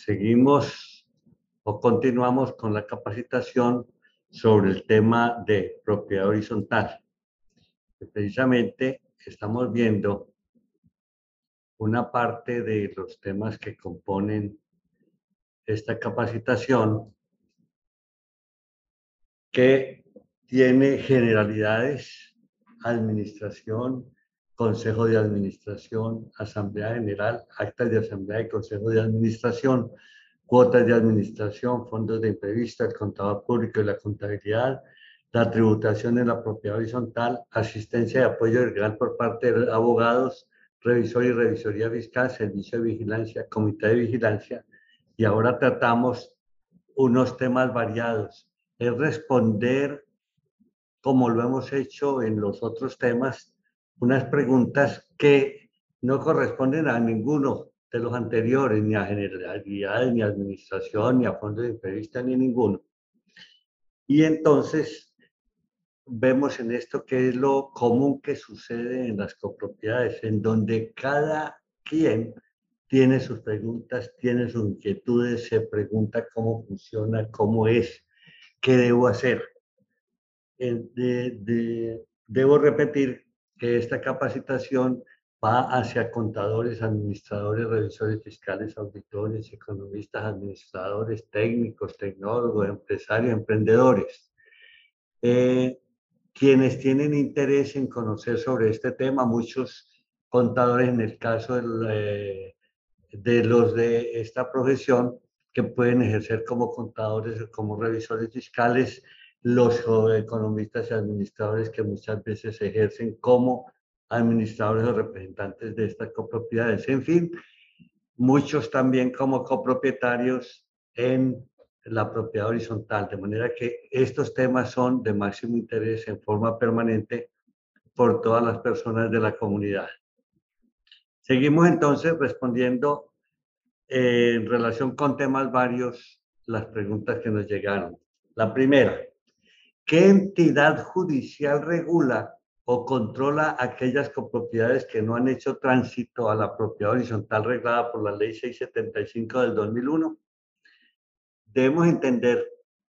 Seguimos o continuamos con la capacitación sobre el tema de propiedad horizontal. Precisamente estamos viendo una parte de los temas que componen esta capacitación que tiene generalidades, administración, consejo de administración, asamblea general, actas de asamblea y consejo de administración, cuotas de administración, fondos de imprevista, el contador público y la contabilidad, la tributación en la propiedad horizontal, asistencia y apoyo legal por parte de abogados, revisor y revisoría fiscal, servicio de vigilancia, comité de vigilancia, y ahora tratamos unos temas variados. Es responder, como lo hemos hecho en los otros temas, unas preguntas que no corresponden a ninguno de los anteriores, ni a generalidades, ni a administración, ni a fondos de imprevista, ni ninguno. Y entonces vemos en esto que es lo común que sucede en las copropiedades, en donde cada quien tiene sus preguntas, tiene sus inquietudes, se pregunta cómo funciona, cómo es, qué debo hacer. Debo repetir que esta capacitación va hacia contadores, administradores, revisores fiscales, auditores, economistas, administradores, técnicos, tecnólogos, empresarios, emprendedores. Quienes tienen interés en conocer sobre este tema, muchos contadores en el caso de los de esta profesión que pueden ejercer como contadores o como revisores fiscales, los economistas y administradores que muchas veces ejercen como administradores o representantes de estas copropiedades. En fin, muchos también como copropietarios en la propiedad horizontal, de manera que estos temas son de máximo interés en forma permanente por todas las personas de la comunidad. Seguimos entonces respondiendo en relación con temas varios las preguntas que nos llegaron. La primera, ¿qué entidad judicial regula o controla aquellas copropiedades que no han hecho tránsito a la propiedad horizontal reglada por la Ley 675 del 2001? Debemos entender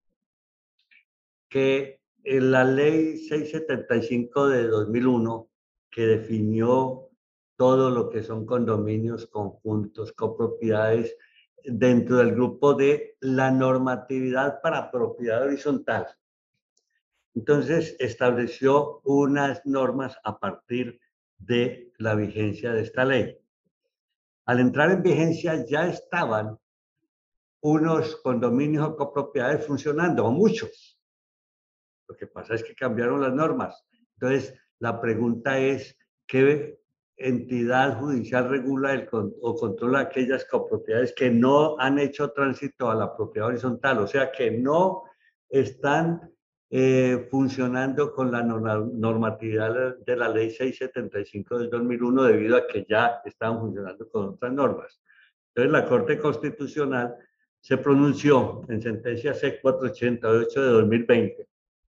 que en la Ley 675 de 2001, que definió todo lo que son condominios, conjuntos, copropiedades, dentro del grupo de la normatividad para propiedad horizontal. Entonces, estableció unas normas a partir de la vigencia de esta ley. Al entrar en vigencia ya estaban unos condominios o copropiedades funcionando, o muchos. Lo que pasa es que cambiaron las normas. Entonces, la pregunta es, ¿qué entidad judicial regula o controla aquellas copropiedades que no han hecho tránsito a la propiedad horizontal? O sea, que no están funcionando con la normatividad de la Ley 675 del 2001 debido a que ya estaban funcionando con otras normas. Entonces, la Corte Constitucional se pronunció en sentencia C488 de 2020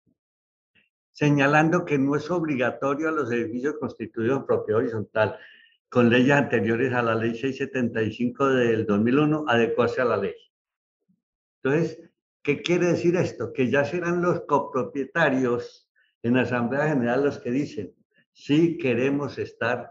señalando que no es obligatorio a los edificios constituidos en propiedad horizontal con leyes anteriores a la Ley 675 del 2001 adecuarse a la ley. Entonces, ¿qué quiere decir esto? Que ya serán los copropietarios en la Asamblea General los que dicen si queremos estar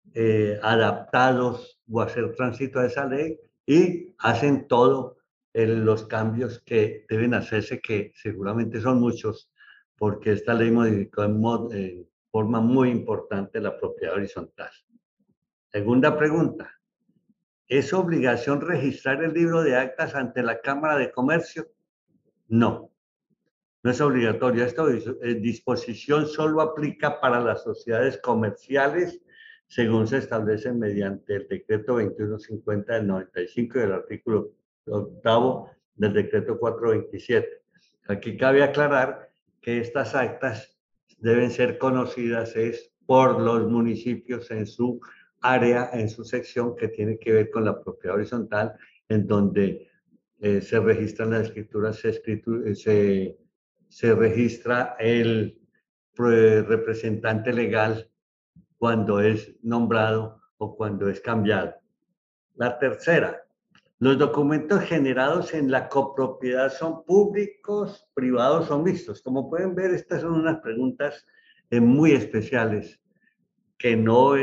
adaptados o hacer tránsito a esa ley y hacen todos los cambios que deben hacerse, que seguramente son muchos, porque esta ley modificó en forma muy importante la propiedad horizontal. Segunda pregunta, ¿es obligación registrar el libro de actas ante la Cámara de Comercio? No, no es obligatorio. Esta disposición solo aplica para las sociedades comerciales, según se establece mediante el decreto 2150 del 95 y el artículo 8 del decreto 427. Aquí cabe aclarar que estas actas deben ser conocidas por los municipios en su área, en su sección que tiene que ver con la propiedad horizontal, en donde se registran las escrituras, se registra el representante legal cuando es nombrado o cuando es cambiado. La tercera, Los documentos generados en la copropiedad son públicos, privados o mixtos. Como pueden ver, estas son unas preguntas muy especiales que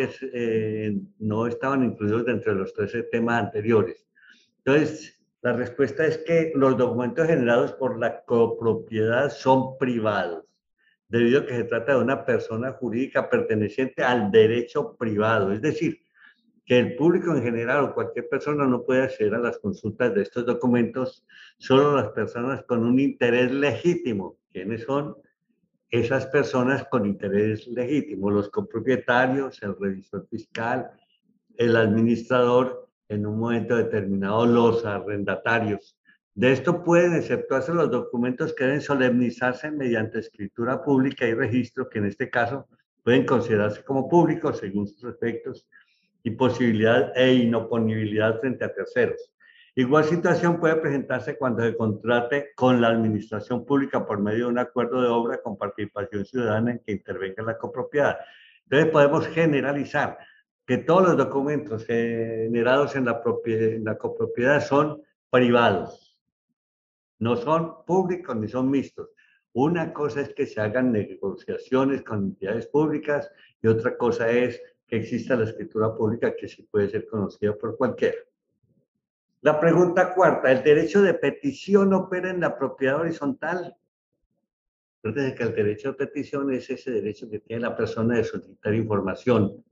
no estaban incluidos dentro de los 13 temas anteriores. Entonces, la respuesta es que los documentos generados por la copropiedad son privados, debido a que se trata de una persona jurídica perteneciente al derecho privado. Es decir, que el público en general o cualquier persona no puede acceder a las consultas de estos documentos, solo las personas con un interés legítimo. ¿Quiénes son? Esas personas con interés legítimo, los copropietarios, el revisor fiscal, el administrador, en un momento determinado los arrendatarios. De esto pueden exceptuarse los documentos que deben solemnizarse mediante escritura pública y registro, que en este caso pueden considerarse como públicos según sus efectos y posibilidad e inoponibilidad frente a terceros. Igual situación puede presentarse cuando se contrate con la administración pública por medio de un acuerdo de obra con participación ciudadana en que intervenga la copropiedad. Entonces podemos generalizar que todos los documentos generados en la copropiedad son privados, no son públicos ni son mixtos. Una cosa es que se hagan negociaciones con entidades públicas y otra cosa es que exista la escritura pública que sí puede ser conocida por cualquiera. La pregunta cuarta, ¿el derecho de petición opera en la propiedad horizontal? Recuerden que el derecho de petición es ese derecho que tiene la persona de solicitar información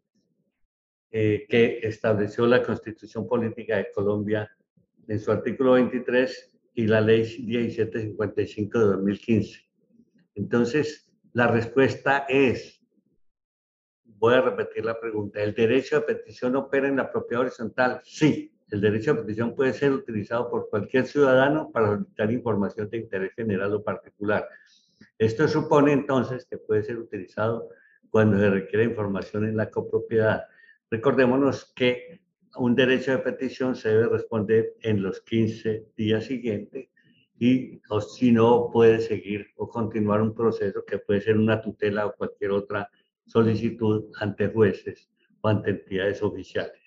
que estableció la Constitución Política de Colombia en su artículo 23 y la ley 1755 de 2015. Entonces, la respuesta es, voy a repetir la pregunta, ¿el derecho de petición opera en la propiedad horizontal? Sí, el derecho de petición puede ser utilizado por cualquier ciudadano para solicitar información de interés general o particular. Esto supone entonces que puede ser utilizado cuando se requiere información en la copropiedad. Recordémonos que un derecho de petición se debe responder en los 15 días siguientes y o si no puede seguir o continuar un proceso que puede ser una tutela o cualquier otra solicitud ante jueces o ante entidades oficiales.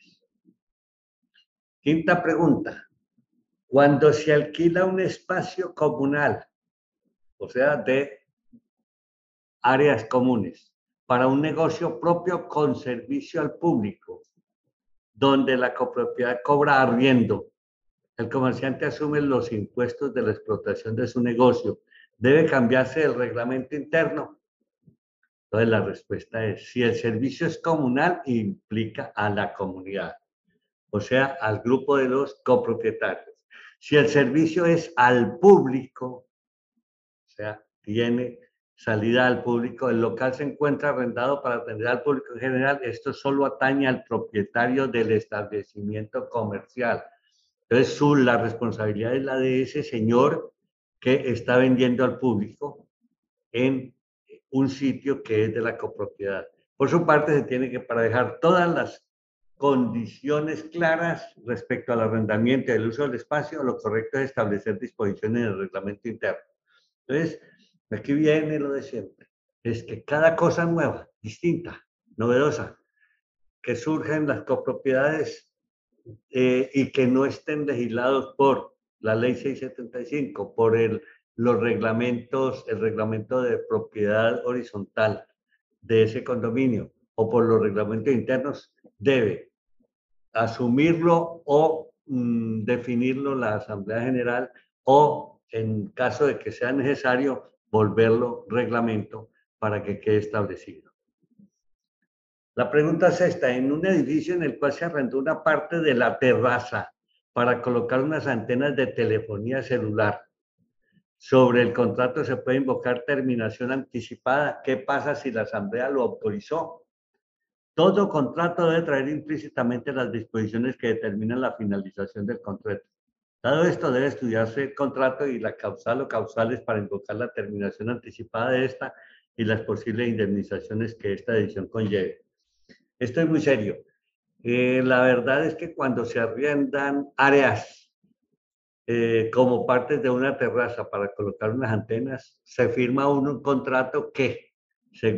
Quinta pregunta. Cuando se alquila un espacio comunal, o sea, de áreas comunes, para un negocio propio con servicio al público, donde la copropiedad cobra arriendo, el comerciante asume los impuestos de la explotación de su negocio, ¿debe cambiarse el reglamento interno? Entonces la respuesta es, si el servicio es comunal, implica a la comunidad, o sea, al grupo de los copropietarios. Si el servicio es al público, o sea, tiene salida al público, el local se encuentra arrendado para atender al público en general, esto solo atañe al propietario del establecimiento comercial. Entonces, la responsabilidad es la de ese señor que está vendiendo al público en un sitio que es de la copropiedad. Por su parte, se tiene que, para dejar todas las condiciones claras respecto al arrendamiento y el uso del espacio, lo correcto es establecer disposiciones en el reglamento interno. Entonces, aquí viene lo de siempre. Es que cada cosa nueva, distinta, novedosa, que surja en las copropiedades y que no estén legislados por la ley 675, por los reglamentos, el reglamento de propiedad horizontal de ese condominio o por los reglamentos internos, debe asumirlo o definirlo la Asamblea General o, en caso de que sea necesario, volverlo reglamento para que quede establecido. La pregunta es esta, en un edificio en el cual se arrendó una parte de la terraza para colocar unas antenas de telefonía celular, sobre el contrato se puede invocar terminación anticipada. ¿Qué pasa si la Asamblea lo autorizó? Todo contrato debe traer implícitamente las disposiciones que determinan la finalización del contrato. Dado esto, debe estudiarse el contrato y la causal o causales para invocar la terminación anticipada de esta y las posibles indemnizaciones que esta decisión conlleve. Esto es muy serio. La verdad es que cuando se arriendan áreas como partes de una terraza para colocar unas antenas, se firma un contrato que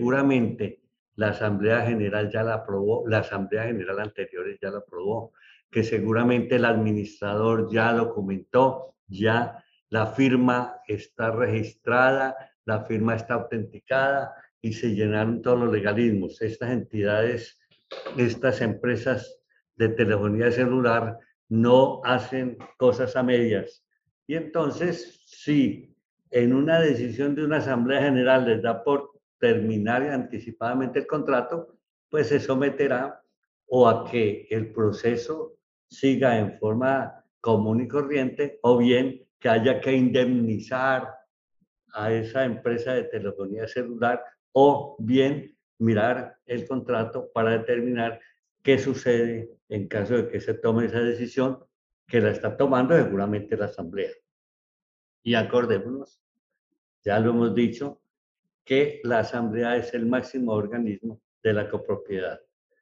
seguramente la Asamblea General ya la aprobó, la Asamblea General anterior ya la aprobó, que seguramente el administrador ya documentó, ya la firma está registrada, la firma está autenticada y se llenaron todos los legalismos. Estas entidades, estas empresas de telefonía celular no hacen cosas a medias. Y entonces, si en una decisión de una asamblea general les da por terminar anticipadamente el contrato, pues se someterá o a que el proceso siga en forma común y corriente, o bien que haya que indemnizar a esa empresa de telefonía celular, o bien mirar el contrato para determinar qué sucede en caso de que se tome esa decisión, que la está tomando seguramente la Asamblea. Y acordémonos, ya lo hemos dicho, que la Asamblea es el máximo organismo de la copropiedad.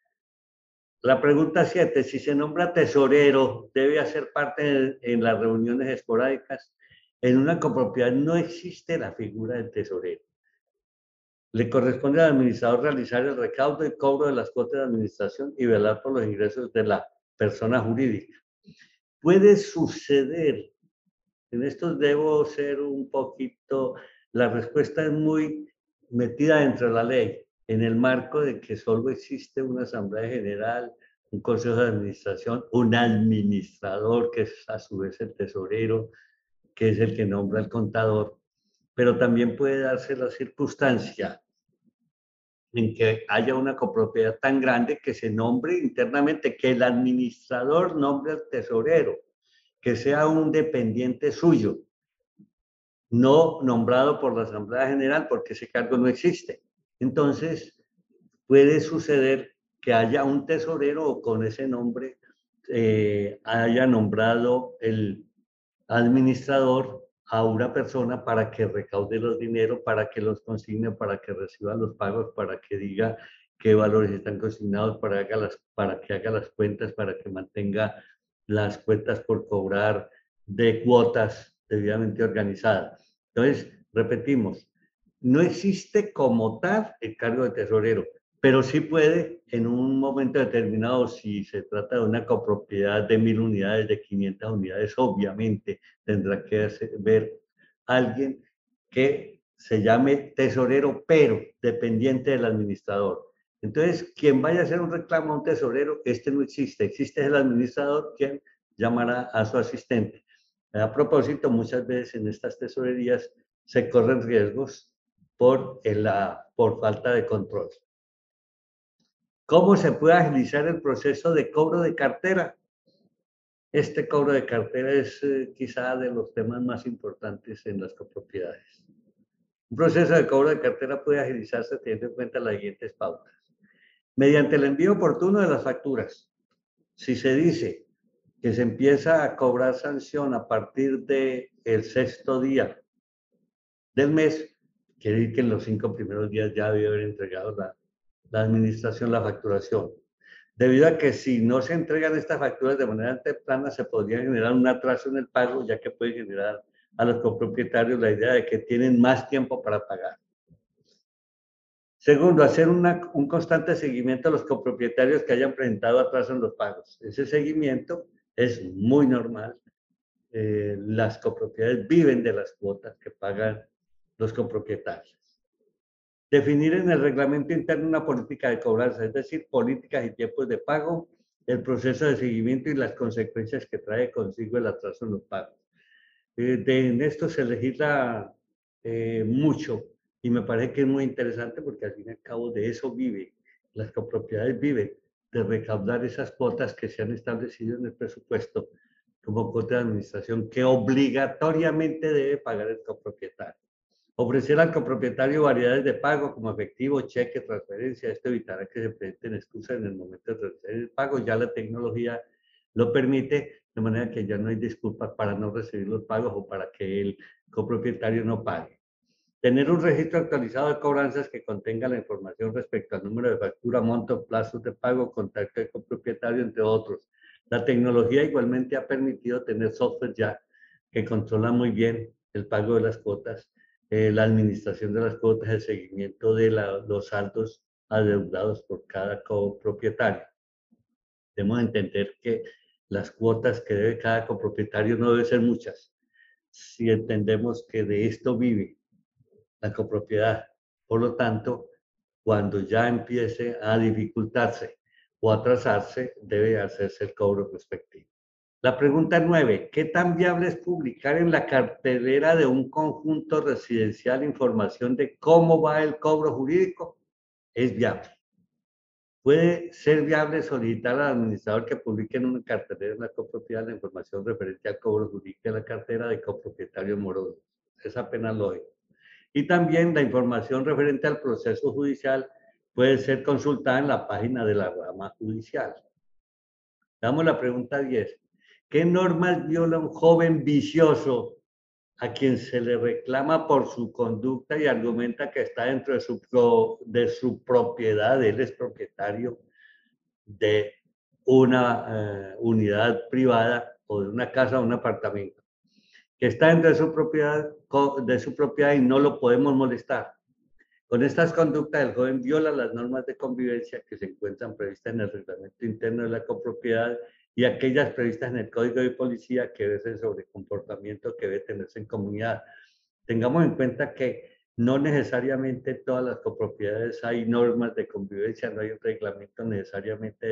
La pregunta 7, si se nombra tesorero, ¿debe hacer parte en las reuniones esporádicas? En una copropiedad no existe la figura del tesorero. Le corresponde al administrador realizar el recaudo y cobro de las cuotas de administración y velar por los ingresos de la persona jurídica. Puede suceder, en esto debo ser un poquito, la respuesta es muy metida dentro de la ley, en el marco de que solo existe una asamblea general, un consejo de administración, un administrador que es a su vez el tesorero, que es el que nombra el contador, pero también puede darse la circunstancia en que haya una copropiedad tan grande que se nombre internamente, que el administrador nombre al tesorero, que sea un dependiente suyo, no nombrado por la Asamblea General, porque ese cargo no existe. Entonces, puede suceder que haya un tesorero o con ese nombre haya nombrado el administrador a una persona para que recaude los dineros, para que los consigne, para que reciba los pagos, para que diga qué valores están consignados, para que haga las cuentas, para que mantenga las cuentas por cobrar de cuotas debidamente organizadas. Entonces, repetimos, no existe como tal el cargo de tesorero, pero sí puede en un momento determinado, si se trata de una copropiedad de 1000 unidades, de 500 unidades, obviamente tendrá que ver alguien que se llame tesorero, pero dependiente del administrador. Entonces, quien vaya a hacer un reclamo a un tesorero, este no existe, existe el administrador quien llamará a su asistente. A propósito, muchas veces en estas tesorerías se corren riesgos por falta de control. ¿Cómo se puede agilizar el proceso de cobro de cartera? Este cobro de cartera es quizá de los temas más importantes en las copropiedades. Un proceso de cobro de cartera puede agilizarse teniendo en cuenta las siguientes pautas. Mediante el envío oportuno de las facturas. Si se dice que se empieza a cobrar sanción a partir del sexto día del mes, quiere decir que en los 5 primeros días ya debe haber entregado la administración la facturación. Debido a que si no se entregan estas facturas de manera temprana, se podría generar un atraso en el pago, ya que puede generar a los copropietarios la idea de que tienen más tiempo para pagar. Segundo, hacer un constante seguimiento a los copropietarios que hayan presentado atraso en los pagos. Ese seguimiento es muy normal. Las copropiedades viven de las cuotas que pagan los copropietarios. Definir en el reglamento interno una política de cobranza, es decir, políticas y tiempos de pago, el proceso de seguimiento y las consecuencias que trae consigo el atraso en los pagos. En esto se legisla mucho y me parece que es muy interesante porque al fin y al cabo de eso vive, las copropiedades viven de recaudar esas cuotas que se han establecido en el presupuesto como cuota de administración que obligatoriamente debe pagar el copropietario. Ofrecer al copropietario variedades de pago como efectivo, cheque, transferencia. Esto evitará que se presenten excusas en el momento de realizar el pago. Ya la tecnología lo permite, de manera que ya no hay disculpas para no recibir los pagos o para que el copropietario no pague. Tener un registro actualizado de cobranzas que contenga la información respecto al número de factura, monto, plazos de pago, contacto de copropietario, entre otros. La tecnología igualmente ha permitido tener software ya que controla muy bien el pago de las cuotas, la administración de las cuotas, el seguimiento de los saldos adeudados por cada copropietario. Debemos entender que las cuotas que debe cada copropietario no deben ser muchas. Si entendemos que de esto vive la copropiedad, por lo tanto, cuando ya empiece a dificultarse o atrasarse, debe hacerse el cobro respectivo. La pregunta 9. ¿Qué tan viable es publicar en la cartelera de un conjunto residencial información de cómo va el cobro jurídico? Es viable. Puede ser viable solicitar al administrador que publique en una cartelera de la copropiedad la información referente al cobro jurídico de la cartera de copropietario moroso. Es apenas lógico. Y también la información referente al proceso judicial puede ser consultada en la página de la rama judicial. Damos la pregunta 10. ¿Qué normas viola un joven vicioso a quien se le reclama por su conducta y argumenta que está dentro de su propiedad? Él es propietario de una unidad privada o de una casa o un apartamento, que está dentro de su propiedad y no lo podemos molestar. Con estas conductas, el joven viola las normas de convivencia que se encuentran previstas en el reglamento interno de la copropiedad y aquellas previstas en el Código de Policía que versen sobre comportamiento que debe tenerse en comunidad. Tengamos en cuenta que no necesariamente todas las copropiedades hay normas de convivencia, no hay un reglamento necesariamente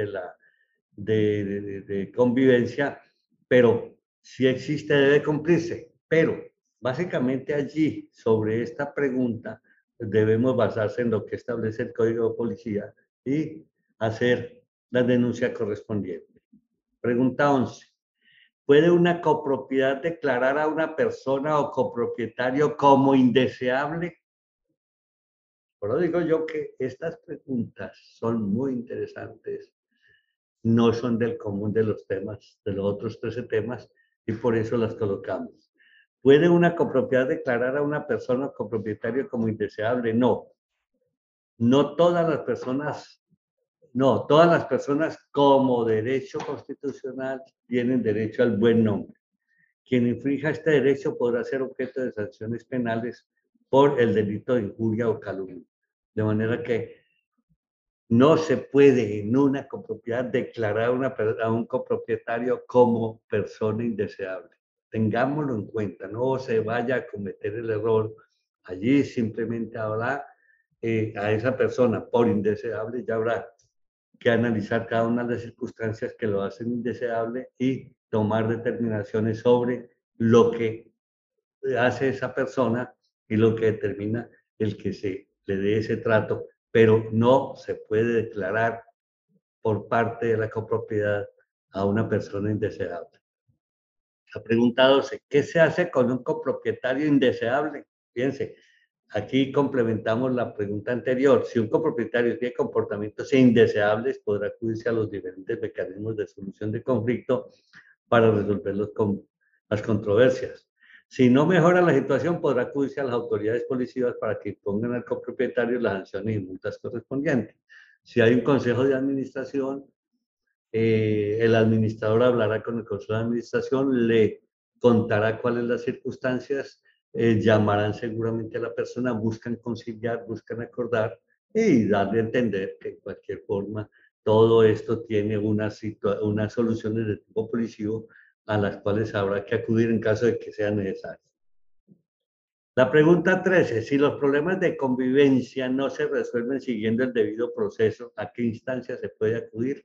de convivencia, pero si existe debe cumplirse. Pero básicamente allí, sobre esta pregunta, debemos basarse en lo que establece el Código de Policía y hacer la denuncia correspondiente. Pregunta 11. ¿Puede una copropiedad declarar a una persona o copropietario como indeseable? Por lo digo yo que estas preguntas son muy interesantes, no son del común de los temas, de los otros 13 temas, y por eso las colocamos. ¿Puede una copropiedad declarar a una persona o copropietario como indeseable? No. No todas las personas, no, todas las personas como derecho constitucional tienen derecho al buen nombre. Quien infrinja este derecho podrá ser objeto de sanciones penales por el delito de injuria o calumnia. De manera que no se puede en una copropiedad declarar a un copropietario como persona indeseable. Tengámoslo en cuenta, no se vaya a cometer el error. Allí simplemente habrá a esa persona por indeseable, ya habrá que analizar cada una de las circunstancias que lo hacen indeseable y tomar determinaciones sobre lo que hace esa persona y lo que determina el que se le dé ese trato, pero no se puede declarar por parte de la copropiedad a una persona indeseable. La pregunta 12, ¿qué se hace con un copropietario indeseable? Fíjense, aquí complementamos la pregunta anterior. Si un copropietario tiene comportamientos indeseables, podrá acudirse a los diferentes mecanismos de solución de conflicto para resolver las controversias. Si no mejora la situación, podrá acudirse a las autoridades policivas para que impongan al copropietario las sanciones y multas correspondientes. Si hay un consejo de administración, el administrador hablará con el consejo de administración, le contará cuáles las circunstancias, llamarán seguramente a la persona, buscan conciliar, buscan acordar y darle a entender que en cualquier forma todo esto tiene unas soluciones de tipo policivo a las cuales habrá que acudir en caso de que sea necesario. La pregunta 13, si los problemas de convivencia no se resuelven siguiendo el debido proceso, ¿a qué instancia se puede acudir?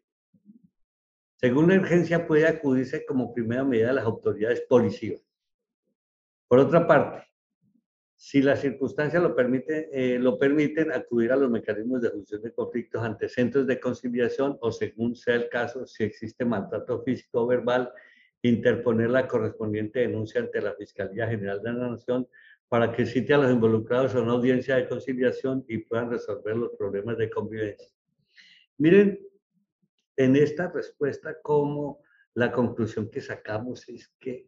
Según la urgencia puede acudirse como primera medida a las autoridades policivas. Por otra parte, si las circunstancias lo permiten, acudir a los mecanismos de solución de conflictos ante centros de conciliación o, según sea el caso, si existe maltrato físico o verbal, interponer la correspondiente denuncia ante la Fiscalía General de la Nación para que cite a los involucrados a una audiencia de conciliación y puedan resolver los problemas de convivencia. Miren, en esta respuesta, como la conclusión que sacamos es que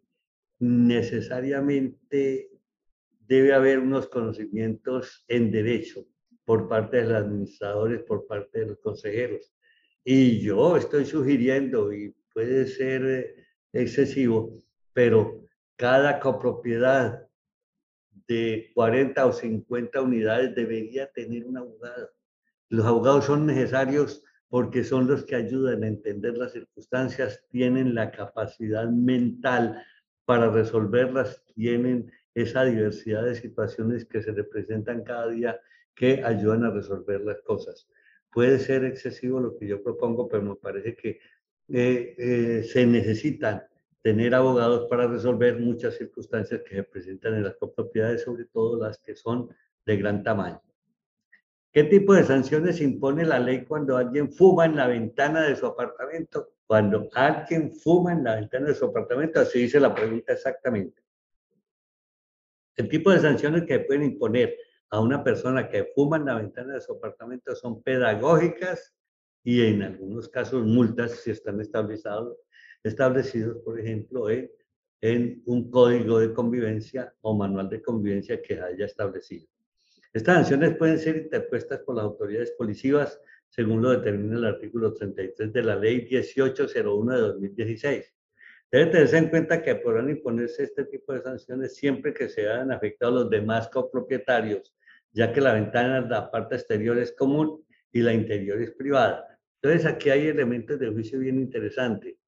necesariamente debe haber unos conocimientos en derecho por parte de los administradores, por parte de los consejeros. Y yo estoy sugiriendo, y puede ser excesivo, pero cada copropiedad de 40 o 50 unidades debería tener un abogado. Los abogados son necesarios porque son los que ayudan a entender las circunstancias, tienen la capacidad mental para resolverlas, tienen esa diversidad de situaciones que se representan cada día que ayudan a resolver las cosas. Puede ser excesivo lo que yo propongo, pero me parece que se necesitan tener abogados para resolver muchas circunstancias que se presentan en las copropiedades, sobre todo las que son de gran tamaño. ¿Qué tipo de sanciones impone la ley cuando alguien fuma en la ventana de su apartamento? Cuando alguien fuma en la ventana de su apartamento, así dice la pregunta exactamente. El tipo de sanciones que pueden imponer a una persona que fuma en la ventana de su apartamento son pedagógicas y en algunos casos multas si están establecidos, por ejemplo, en un código de convivencia o manual de convivencia que haya establecido. Estas sanciones pueden ser interpuestas por las autoridades policivas según lo determina el artículo 33 de la Ley 1801 de 2016. Debe tenerse en cuenta que podrán imponerse este tipo de sanciones siempre que se hayan afectado los demás copropietarios, ya que la ventana de la parte exterior es común y la interior es privada. Entonces aquí hay elementos de juicio bien interesantes.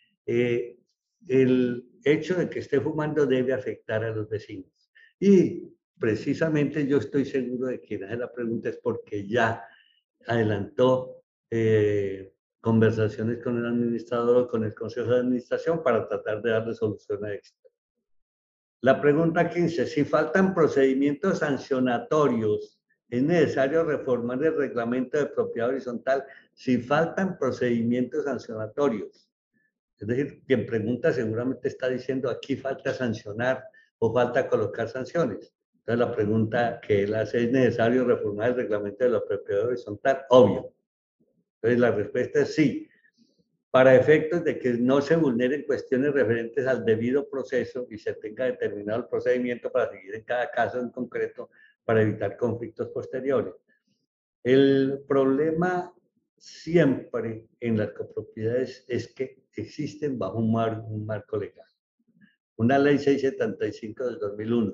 El hecho de que esté fumando debe afectar a los vecinos. Y precisamente yo estoy seguro de que quien hace la pregunta es porque ya adelantó conversaciones con el administrador o con el consejo de administración para tratar de darle solución a esto. La pregunta 15, si faltan procedimientos sancionatorios, ¿es necesario reformar el reglamento de propiedad horizontal? Si faltan procedimientos sancionatorios. Es decir, quien pregunta seguramente está diciendo aquí falta sancionar o falta colocar sanciones. Entonces la pregunta que él hace, ¿es necesario reformar el reglamento de la propiedad horizontal? Obvio. Entonces la respuesta es sí. Para efectos de que no se vulneren cuestiones referentes al debido proceso y se tenga determinado el procedimiento para seguir en cada caso en concreto para evitar conflictos posteriores. El problema siempre en las copropiedades es que existen bajo un marco legal. Una ley 675 del 2001.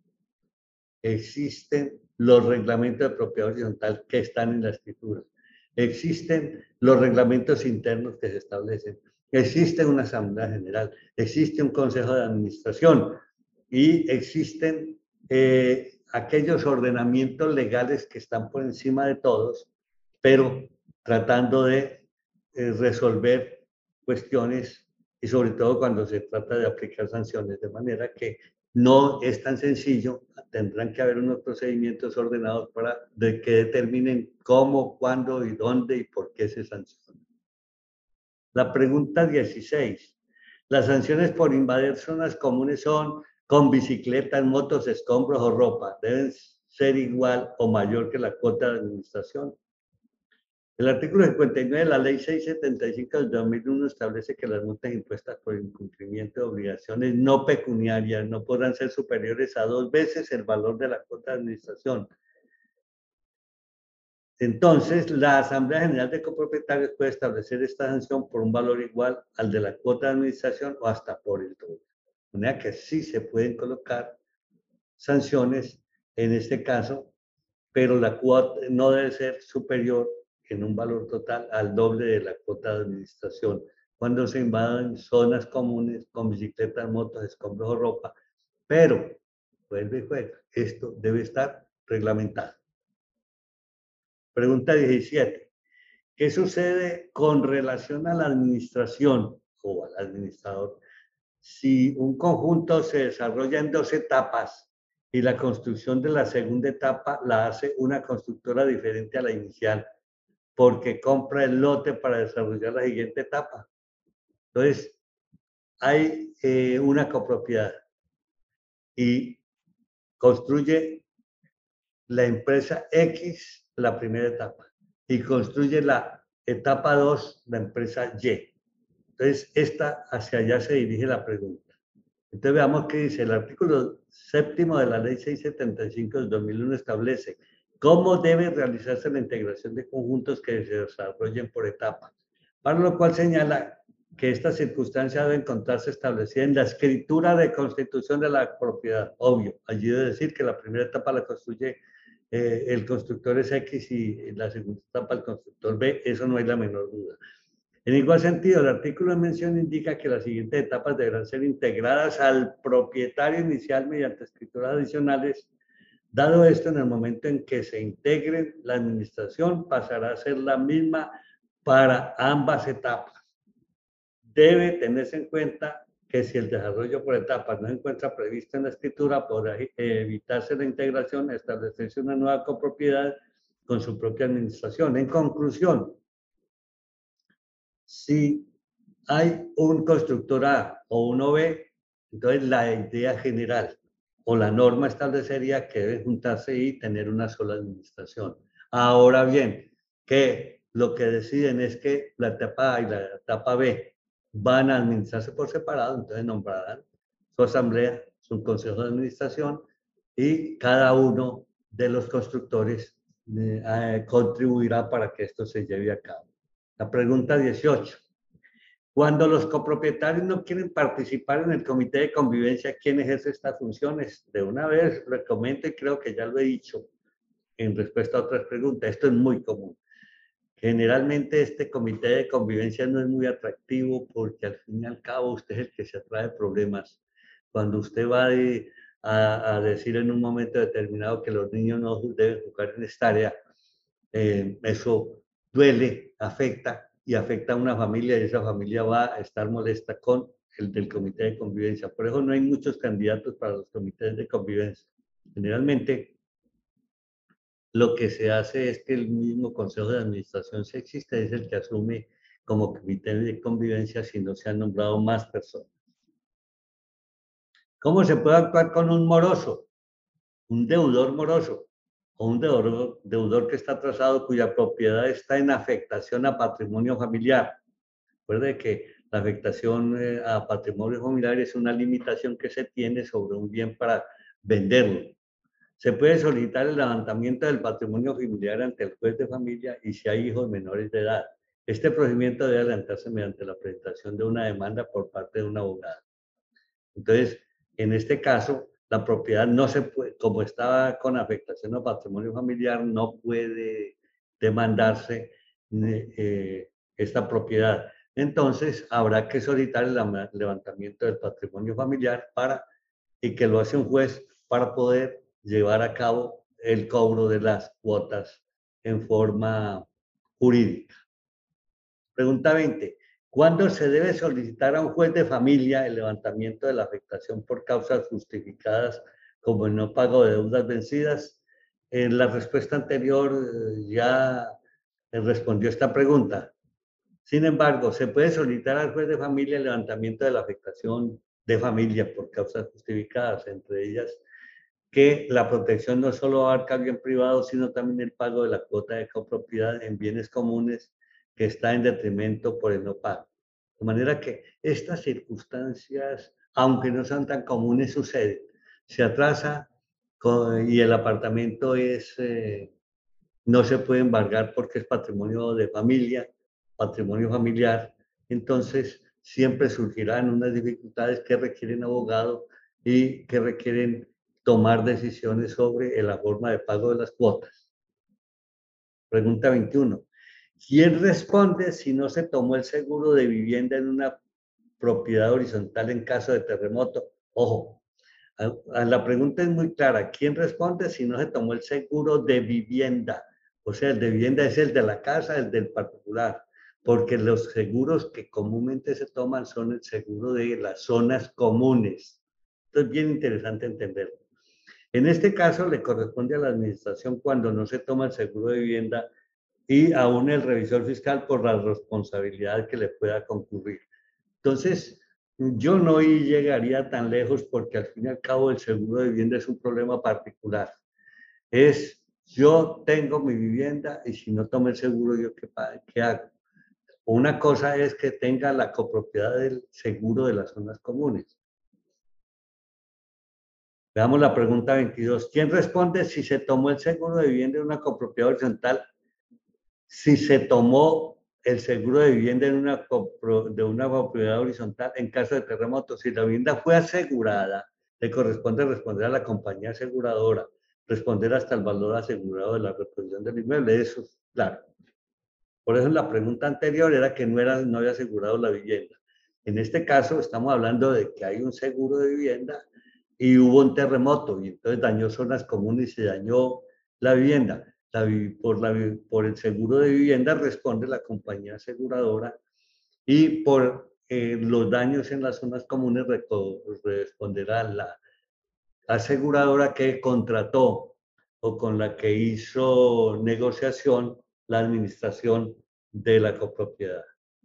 Existen los reglamentos de propiedad horizontal que están en la escritura. Existen los reglamentos internos que se establecen. Existe una asamblea general. Existe un consejo de administración. Y existen aquellos ordenamientos legales que están por encima de todos, pero tratando de resolver cuestiones y sobre todo cuando se trata de aplicar sanciones, de manera que no es tan sencillo, tendrán que haber unos procedimientos ordenados para que determinen cómo, cuándo y dónde y por qué se sanciona. La pregunta 16. Las sanciones por invadir zonas comunes son con bicicletas, motos, escombros o ropa. Deben ser igual o mayor que la cuota de administración. El artículo 59 de la Ley 675 del 2001 establece que las multas impuestas por incumplimiento de obligaciones no pecuniarias no podrán ser superiores a 2 veces el valor de la cuota de administración. Entonces, la Asamblea General de Copropietarios puede establecer esta sanción por un valor igual al de la cuota de administración o hasta por el doble. De manera que sí se pueden colocar sanciones en este caso, pero la cuota no debe ser superior en un valor total al doble de la cuota de administración. Cuando se invadan zonas comunes con bicicletas, motos, escombros o ropa, pero, vuelve y juega, esto debe estar reglamentado. Pregunta 17. ¿Qué sucede con relación a la administración o al administrador si un conjunto se desarrolla en 2 etapas y la construcción de la segunda etapa la hace una constructora diferente a la inicial porque compra el lote para desarrollar la siguiente etapa? Entonces, hay una copropiedad y construye la empresa X la primera etapa y construye la etapa 2 la empresa Y. Entonces, hacia allá se dirige la pregunta. Entonces, veamos qué dice. El artículo 7º de la Ley 675 del 2001 establece cómo debe realizarse la integración de conjuntos que se desarrollen por etapas, para lo cual señala que esta circunstancia debe encontrarse establecida en la escritura de constitución de la propiedad. Obvio, allí debe decir que la primera etapa la construye el constructor es X y la segunda etapa el constructor B, eso no hay la menor duda. En igual sentido, el artículo de mención indica que las siguientes etapas deberán ser integradas al propietario inicial mediante escrituras adicionales. Dado esto, en el momento en que se integren, la administración pasará a ser la misma para ambas etapas. Debe tenerse en cuenta que si el desarrollo por etapas no se encuentra previsto en la escritura, podrá evitarse la integración, establecerse una nueva copropiedad con su propia administración. En conclusión, si hay un constructor A o uno B, entonces la idea general o la norma establecería que deben juntarse y tener una sola administración. Ahora bien, que lo que deciden es que la etapa A y la etapa B van a administrarse por separado, entonces nombrarán su asamblea, su consejo de administración y cada uno de los constructores contribuirá para que esto se lleve a cabo. La pregunta 18. Cuando los copropietarios no quieren participar en el comité de convivencia, ¿quién ejerce estas funciones? De una vez lo comento y creo que ya lo he dicho en respuesta a otras preguntas. Esto es muy común. Generalmente este comité de convivencia no es muy atractivo porque al fin y al cabo usted es el que se atrae problemas. Cuando usted va a decir en un momento determinado que los niños no deben jugar en esta área, eso duele, afecta y afecta a una familia y esa familia va a estar molesta con el del comité de convivencia. Por eso no hay muchos candidatos para los comités de convivencia. Generalmente lo que se hace es que el mismo consejo de administración, si existe, es el que asume como comité de convivencia si no se han nombrado más personas. ¿Cómo se puede actuar con un moroso, un deudor moroso o un deudor que está atrasado cuya propiedad está en afectación a patrimonio familiar? Recuerde que la afectación a patrimonio familiar es una limitación que se tiene sobre un bien para venderlo. Se puede solicitar el levantamiento del patrimonio familiar ante el juez de familia y si hay hijos menores de edad. Este procedimiento debe adelantarse mediante la presentación de una demanda por parte de un abogado. Entonces, en este caso, la propiedad no se puede, como estaba con afectación al patrimonio familiar, no puede demandarse esta propiedad. Entonces, habrá que solicitar el levantamiento del patrimonio familiar y que lo hace un juez para poder llevar a cabo el cobro de las cuotas en forma jurídica. Pregunta 20. ¿Cuándo se debe solicitar a un juez de familia el levantamiento de la afectación por causas justificadas como el no pago de deudas vencidas? En la respuesta anterior ya respondió esta pregunta. Sin embargo, se puede solicitar al juez de familia el levantamiento de la afectación de familia por causas justificadas, entre ellas que la protección no solo abarca el bien privado, sino también el pago de la cuota de copropiedad en bienes comunes que está en detrimento por el no pago. De manera que estas circunstancias, aunque no sean tan comunes, suceden. Se atrasa y el apartamento no se puede embargar porque es patrimonio de familia, patrimonio familiar. Entonces, siempre surgirán unas dificultades que requieren abogado y que requieren tomar decisiones sobre la forma de pago de las cuotas. Pregunta 21. ¿Quién responde si no se tomó el seguro de vivienda en una propiedad horizontal en caso de terremoto? Ojo, la pregunta es muy clara. ¿Quién responde si no se tomó el seguro de vivienda? O sea, el de vivienda es el de la casa, el del particular, porque los seguros que comúnmente se toman son el seguro de las zonas comunes. Esto es bien interesante entenderlo. En este caso, le corresponde a la administración cuando no se toma el seguro de vivienda y aún el revisor fiscal por la responsabilidad que le pueda concurrir. Entonces, yo no llegaría tan lejos porque al fin y al cabo el seguro de vivienda es un problema particular. Yo tengo mi vivienda y si no tomo el seguro, ¿yo qué hago? Una cosa es que tenga la copropiedad del seguro de las zonas comunes. Veamos la pregunta 22. ¿Quién responde si se tomó el seguro de vivienda en una copropiedad horizontal? Si se tomó el seguro de vivienda en una propiedad horizontal en caso de terremoto, si la vivienda fue asegurada, le corresponde responder a la compañía aseguradora responder hasta el valor asegurado de la reposición del inmueble. Eso es claro. Por eso la pregunta anterior era que no había asegurado la vivienda. En este caso estamos hablando de que hay un seguro de vivienda y hubo un terremoto y entonces dañó zonas comunes y se dañó la vivienda. Por el seguro de vivienda responde la compañía aseguradora y por los daños en las zonas comunes responderá la aseguradora que contrató o con la que hizo negociación la administración de la copropiedad.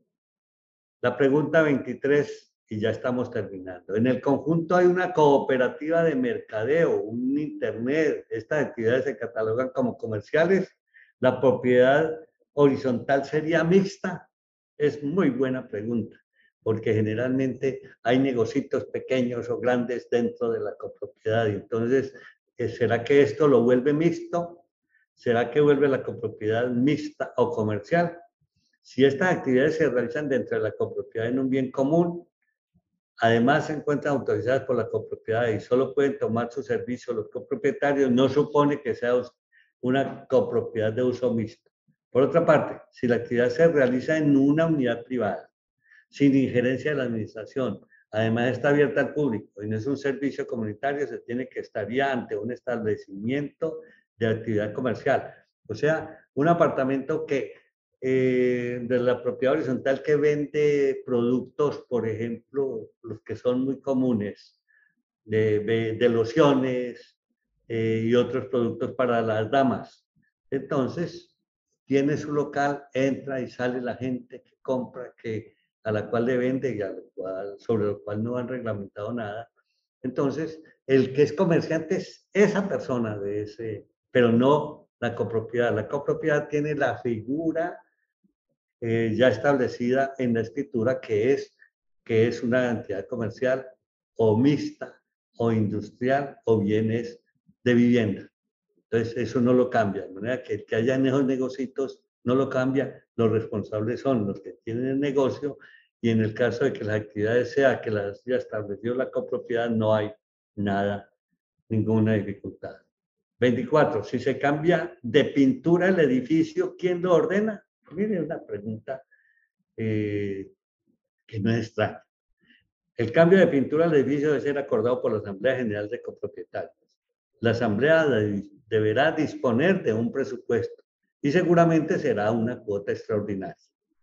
La pregunta 23, y ya estamos terminando. En el conjunto hay una cooperativa de mercadeo, un internet. Estas actividades se catalogan como comerciales. La propiedad horizontal sería mixta. Es muy buena pregunta, porque generalmente hay negocios pequeños o grandes dentro de la copropiedad. Y entonces, ¿será que esto lo vuelve mixto? ¿Será que vuelve la copropiedad mixta o comercial? Si estas actividades se realizan dentro de la copropiedad en un bien común, además se encuentran autorizadas por la copropiedad y solo pueden tomar su servicio los copropietarios, no supone que sea una copropiedad de uso mixto. Por otra parte, si la actividad se realiza en una unidad privada, sin injerencia de la administración, además está abierta al público y no es un servicio comunitario, se tiene que estar ya ante un establecimiento de actividad comercial. O sea, un apartamento que de la propiedad horizontal que vende productos, por ejemplo, los que son muy comunes, de lociones y otros productos para las damas. Entonces, tiene su local, entra y sale la gente que compra, a la cual le vende y sobre lo cual no han reglamentado nada. Entonces, el que es comerciante es esa persona de ese, pero no la copropiedad. La copropiedad tiene la figura ya establecida en la escritura que es una entidad comercial o mixta o industrial o bienes de vivienda. Entonces, eso no lo cambia. De manera que el que haya en esos negocios no lo cambia. Los responsables son los que tienen el negocio y en el caso de que las actividades sea que las ya estableció la copropiedad, no hay nada, ninguna dificultad. 24. Si se cambia de pintura el edificio, ¿quién lo ordena? Mire, una pregunta que no es extraña. El cambio de pintura del edificio debe ser acordado por la Asamblea General de Copropietarios. La Asamblea deberá disponer de un presupuesto y seguramente será una cuota extraordinaria.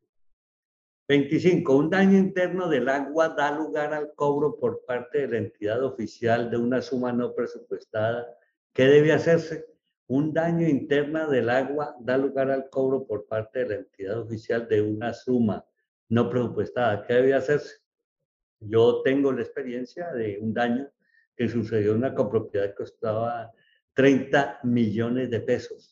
25. Un daño interno del agua da lugar al cobro por parte de la entidad oficial de una suma no presupuestada. ¿Qué debe hacerse? Un daño interno del agua da lugar al cobro por parte de la entidad oficial de una suma no presupuestada. ¿Qué debe hacerse? Yo tengo la experiencia de un daño que sucedió en una copropiedad que costaba 30 millones de pesos.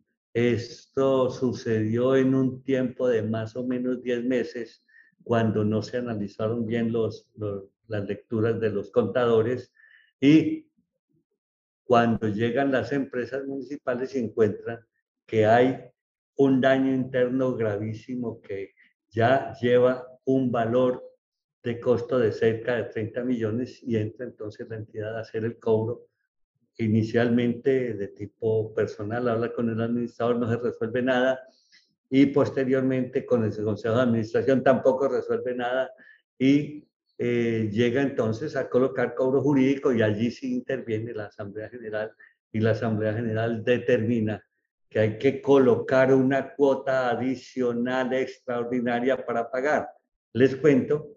Esto sucedió en un tiempo de más o menos 10 meses, cuando no se analizaron bien las lecturas de los contadores y cuando llegan las empresas municipales y encuentran que hay un daño interno gravísimo que ya lleva un valor de costo de cerca de 30 millones y entra entonces la entidad a hacer el cobro inicialmente de tipo personal, habla con el administrador, no se resuelve nada y posteriormente con el consejo de administración tampoco resuelve nada y llega entonces a colocar cobro jurídico y allí sí interviene la Asamblea General y la Asamblea General determina que hay que colocar una cuota adicional extraordinaria para pagar. Les cuento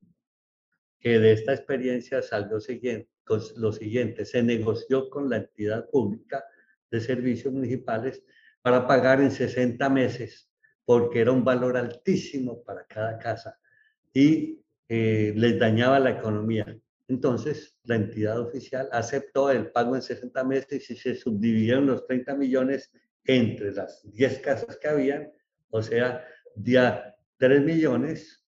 que de esta experiencia salió lo siguiente, se negoció con la entidad pública de servicios municipales para pagar en 60 meses, porque era un valor altísimo para cada casa y les dañaba la economía. Entonces, la entidad oficial aceptó el pago en 60 meses y se subdividieron los 30 millones entre las 10 casas que habían, o sea, ya 3 millones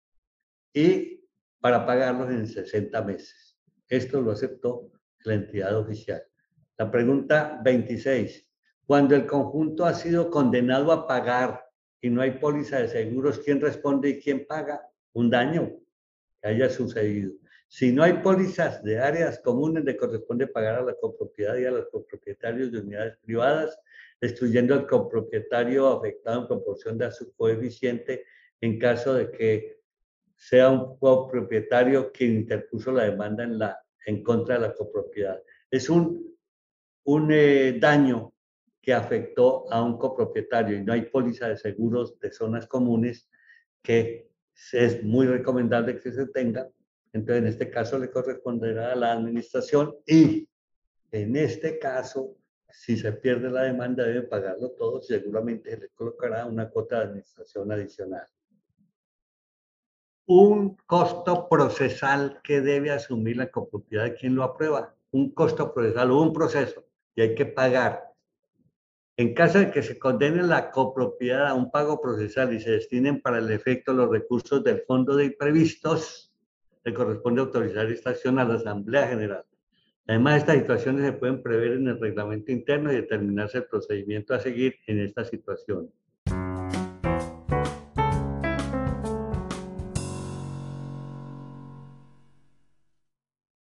y para pagarlos en 60 meses. Esto lo aceptó la entidad oficial. La pregunta 26. Cuando el conjunto ha sido condenado a pagar y no hay póliza de seguros, ¿quién responde y quién paga un daño que haya sucedido? Si no hay pólizas de áreas comunes, le corresponde pagar a la copropiedad y a los copropietarios de unidades privadas, excluyendo al copropietario afectado en proporción de su coeficiente en caso de que sea un copropietario quien interpuso la demanda en contra de la copropiedad. Es un daño que afectó a un copropietario y no hay póliza de seguros de zonas comunes que es muy recomendable que se tenga. Entonces, en este caso le corresponderá a la administración y en este caso, si se pierde la demanda, debe pagarlo todo y seguramente se le colocará una cuota de administración adicional. Un costo procesal que debe asumir la copropiedad de quien lo aprueba. Un costo procesal o un proceso y hay que pagar. En caso de que se condene la copropiedad a un pago procesal y se destinen para el efecto los recursos del fondo de imprevistos, le corresponde autorizar esta acción a la Asamblea General. Además, estas situaciones se pueden prever en el reglamento interno y determinarse el procedimiento a seguir en esta situación.